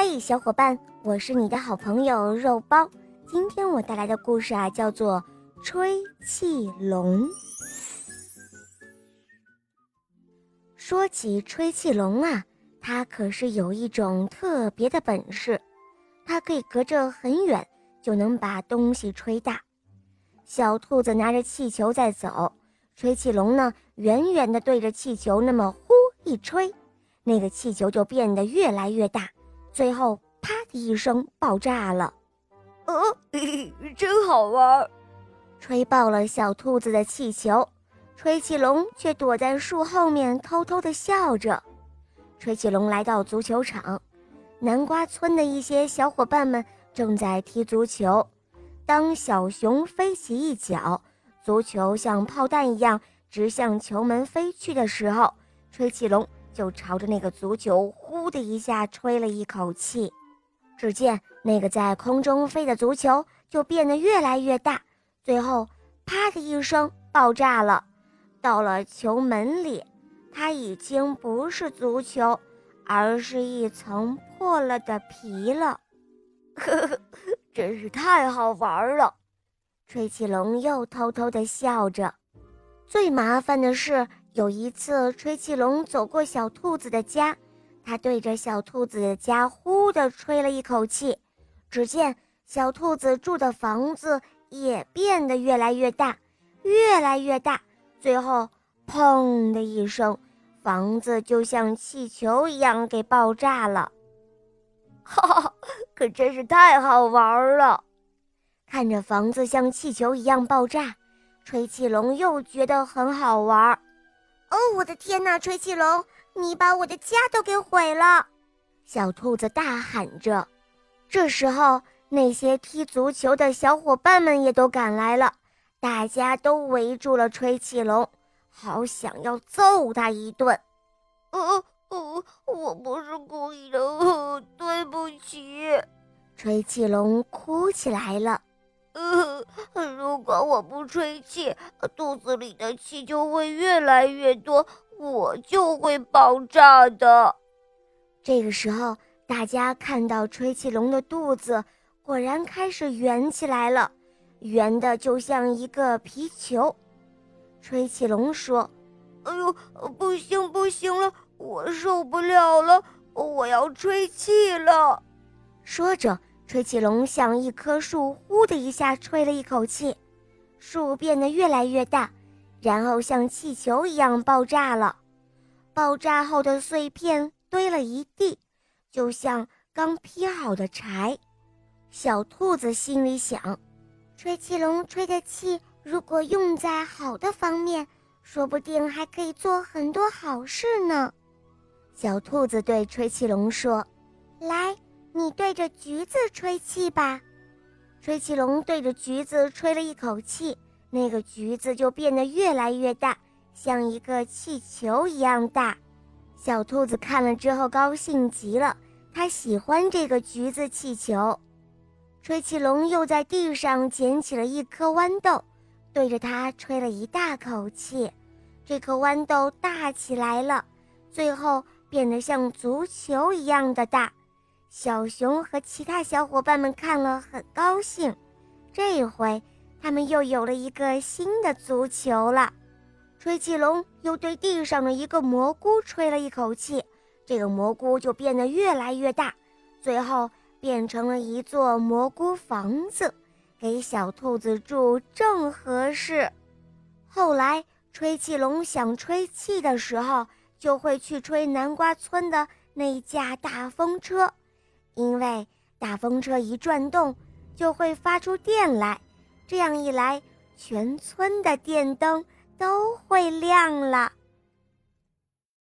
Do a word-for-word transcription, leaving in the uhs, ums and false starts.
嘿，小伙伴，我是你的好朋友肉包。今天我带来的故事啊，叫做吹气龙。说起吹气龙啊，它可是有一种特别的本事，它可以隔着很远就能把东西吹大。小兔子拿着气球在走，吹气龙呢，远远地对着气球那么呼一吹，那个气球就变得越来越大，最后啪的一声爆炸了。 哦，真好玩！ 吹爆了小兔子的气球，吹气龙却躲在树后面偷偷地笑着。吹气龙来到足球场，南瓜村的一些小伙伴们正在踢足球。当小熊飞起一脚，足球像炮弹一样直向球门飞去的时候，吹气龙就朝着那个足球呼的一下吹了一口气。只见那个在空中飞的足球就变得越来越大，最后啪的一声爆炸了。到了球门里，它已经不是足球，而是一层破了的皮了。 呵呵，真是太好玩了！ 吹气龙又偷偷地笑着。最麻烦的是，有一次吹气龙走过小兔子的家，他对着小兔子的家呼地吹了一口气，只见小兔子住的房子也变得越来越大，越来越大，最后砰的一声，房子就像气球一样给爆炸了。 哈哈，可真是太好玩了！ 看着房子像气球一样爆炸，吹气龙又觉得很好玩。哦，我的天哪，吹气龙，你把我的家都给毁了！小兔子大喊着。这时候，那些踢足球的小伙伴们也都赶来了，大家都围住了吹气龙，好想要揍他一顿。 呃呃，我不是故意的，呃，对不起。 吹气龙哭起来了。 呃，如果我不吹气，肚子里的气就会越来越多，我就会爆炸的。 这个时候，大家看到吹气龙的肚子果然开始圆起来了，圆的就像一个皮球。吹气龙说：“ 哎呦，不行不行了，我受不了了，我要吹气了。” 说着，吹气龙向一棵树呼的一下吹了一口气，树变得越来越大，然后像气球一样爆炸了。爆炸后的碎片堆了一地，就像刚劈好的柴。小兔子心里想，吹气龙吹的气如果用在好的方面，说不定还可以做很多好事呢。小兔子对吹气龙说：“来，你对着橘子吹气吧。”吹气龙对着橘子吹了一口气，那个橘子就变得越来越大，像一个气球一样大。小兔子看了之后高兴极了，它喜欢这个橘子气球。吹气龙又在地上捡起了一颗豌豆，对着它吹了一大口气，这颗豌豆大起来了，最后变得像足球一样的大。小熊和其他小伙伴们看了很高兴，这回他们又有了一个新的足球了。吹气龙又对地上的一个蘑菇吹了一口气，这个蘑菇就变得越来越大，最后变成了一座蘑菇房子，给小兔子住正合适。后来吹气龙想吹气的时候，就会去吹南瓜村的那架大风车，因为大风车一转动就会发出电来，这样一来，全村的电灯都会亮了。